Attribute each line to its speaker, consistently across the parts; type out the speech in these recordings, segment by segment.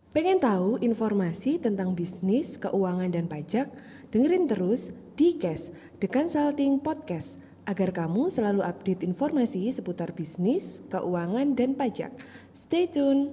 Speaker 1: Pengen tahu informasi tentang bisnis, keuangan, dan pajak? Dengerin terus di Cash, The Consulting Podcast, agar kamu selalu update informasi seputar bisnis, keuangan, dan pajak. Stay tune!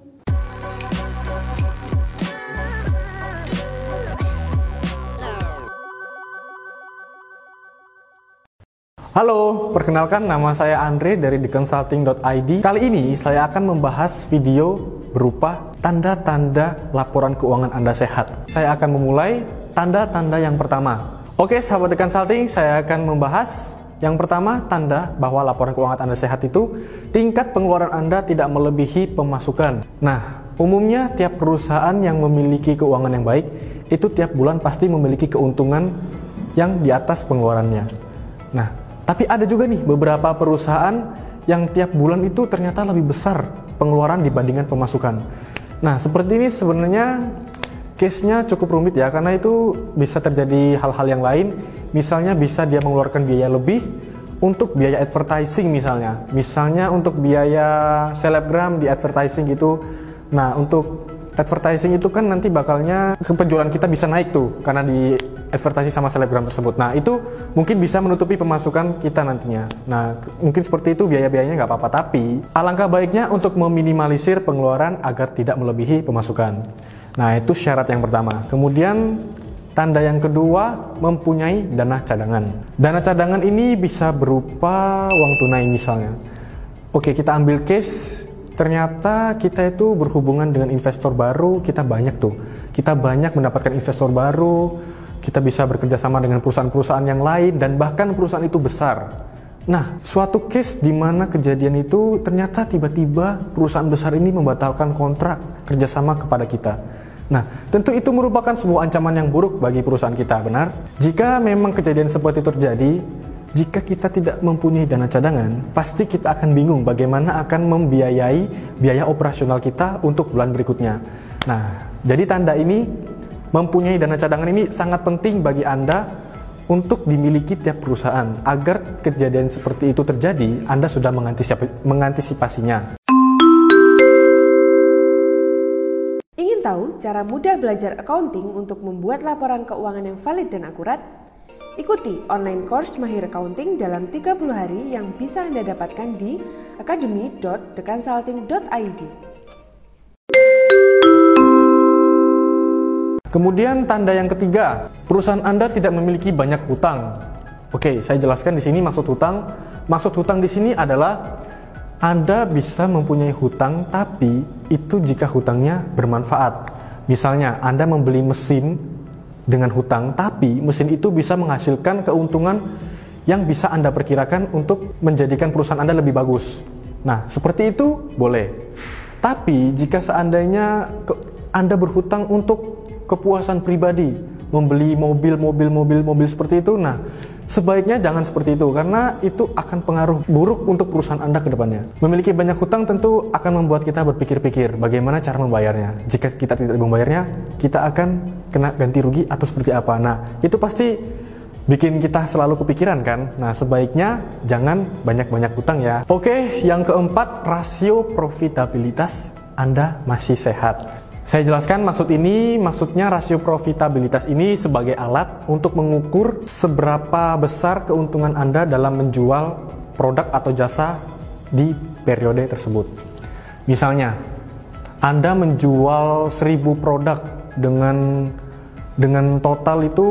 Speaker 2: Halo, perkenalkan nama saya Andre dari theconsulting.id. Kali ini saya akan membahas video berupa tanda-tanda laporan keuangan Anda sehat. Saya akan memulai tanda-tanda yang pertama. Oke, sahabat The Consulting, saya akan membahas yang pertama, tanda bahwa laporan keuangan Anda sehat itu tingkat pengeluaran Anda tidak melebihi pemasukan. Nah, umumnya tiap perusahaan yang memiliki keuangan yang baik itu tiap bulan pasti memiliki keuntungan yang di atas pengeluarannya. Nah, tapi ada juga nih beberapa perusahaan yang tiap bulan itu ternyata lebih besar pengeluaran dibandingkan pemasukan. Nah, seperti ini sebenarnya case-nya cukup rumit ya, karena itu bisa terjadi hal-hal yang lain. Misalnya bisa dia mengeluarkan biaya lebih untuk biaya advertising misalnya. Misalnya untuk biaya selebgram di advertising gitu. Nah, untuk advertising itu kan nanti bakalnya penjualan kita bisa naik tuh karena di advertising sama selebgram tersebut. Nah, itu mungkin bisa menutupi pemasukan kita nantinya. Nah, mungkin seperti itu biaya-biayanya nggak apa-apa, tapi alangkah baiknya untuk meminimalisir pengeluaran agar tidak melebihi pemasukan. Nah, itu syarat yang pertama. Kemudian tanda yang kedua, mempunyai dana cadangan. Dana cadangan ini bisa berupa uang tunai misalnya. Oke, kita ambil case, ternyata kita itu berhubungan dengan investor baru, kita banyak tuh. Kita banyak mendapatkan investor baru, kita bisa bekerja sama dengan perusahaan-perusahaan yang lain, dan bahkan perusahaan itu besar. Nah, suatu case di mana kejadian itu ternyata tiba-tiba perusahaan besar ini membatalkan kontrak kerjasama kepada kita. Nah, tentu itu merupakan sebuah ancaman yang buruk bagi perusahaan kita, benar? Jika memang kejadian seperti itu terjadi, jika kita tidak mempunyai dana cadangan, pasti kita akan bingung bagaimana akan membiayai biaya operasional kita untuk bulan berikutnya. Nah, jadi tanda ini, mempunyai dana cadangan ini sangat penting bagi Anda untuk dimiliki tiap perusahaan, agar kejadian seperti itu terjadi, Anda sudah mengantisipasinya.
Speaker 1: Ingin tahu cara mudah belajar accounting untuk membuat laporan keuangan yang valid dan akurat? Ikuti online course Mahir Accounting dalam 30 hari yang bisa Anda dapatkan di academy.theconsulting.id.
Speaker 2: Kemudian tanda yang ketiga, perusahaan Anda tidak memiliki banyak hutang. Oke, saya jelaskan di sini maksud hutang. Maksud hutang di sini adalah Anda bisa mempunyai hutang, tapi itu jika hutangnya bermanfaat. Misalnya, Anda membeli mesin dengan hutang, tapi mesin itu bisa menghasilkan keuntungan yang bisa Anda perkirakan untuk menjadikan perusahaan Anda lebih bagus. Nah, seperti itu boleh. Tapi jika seandainya Anda berhutang untuk kepuasan pribadi, membeli mobil seperti itu, nah sebaiknya jangan seperti itu, karena itu akan pengaruh buruk untuk perusahaan Anda ke depannya. Memiliki banyak hutang tentu akan membuat kita berpikir-pikir bagaimana cara membayarnya. Jika kita tidak membayarnya, kita akan kena ganti rugi atau seperti apa. Nah, itu pasti bikin kita selalu kepikiran kan. Nah, sebaiknya jangan banyak-banyak hutang ya. Oke, yang keempat, rasio profitabilitas Anda masih sehat. Saya jelaskan maksudnya rasio profitabilitas ini sebagai alat untuk mengukur seberapa besar keuntungan Anda dalam menjual produk atau jasa di periode tersebut. Misalnya, Anda menjual 1000 produk dengan total itu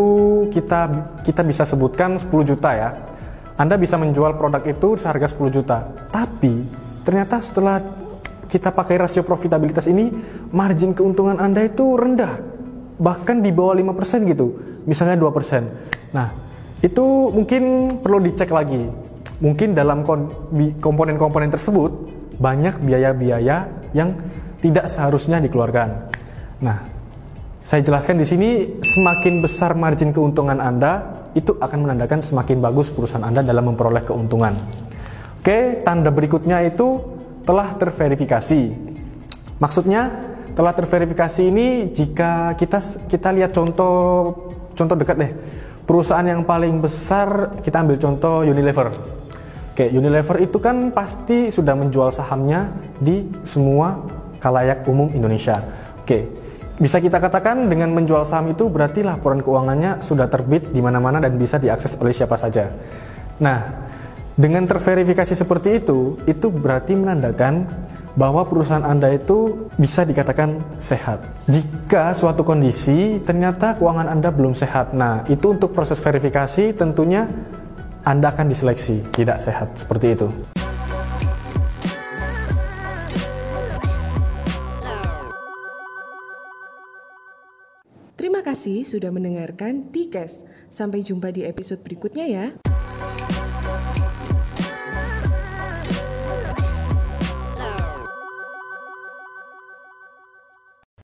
Speaker 2: kita bisa sebutkan 10 juta ya. Anda bisa menjual produk itu seharga 10 juta. Tapi ternyata setelah kita pakai rasio profitabilitas ini, margin keuntungan Anda itu rendah, bahkan di bawah 5% gitu, misalnya 2%. Nah, itu mungkin perlu dicek lagi. Mungkin dalam komponen-komponen tersebut banyak biaya-biaya yang tidak seharusnya dikeluarkan. Nah, saya jelaskan di sini, semakin besar margin keuntungan Anda, itu akan menandakan semakin bagus perusahaan Anda dalam memperoleh keuntungan. Oke, tanda berikutnya itu telah terverifikasi. Maksudnya telah terverifikasi ini jika kita lihat contoh dekat deh. Perusahaan yang paling besar, kita ambil contoh Unilever. Oke, Unilever itu kan pasti sudah menjual sahamnya di semua khalayak umum Indonesia. Oke, Bisa kita katakan dengan menjual saham itu berarti laporan keuangannya sudah terbit di mana-mana dan bisa diakses oleh siapa saja. Nah, dengan terverifikasi seperti itu berarti menandakan bahwa perusahaan Anda itu bisa dikatakan sehat. Jika suatu kondisi ternyata keuangan Anda belum sehat, nah itu untuk proses verifikasi tentunya Anda akan diseleksi tidak sehat, seperti itu.
Speaker 1: Terima kasih sudah mendengarkan Dikes. Sampai jumpa di episode berikutnya ya.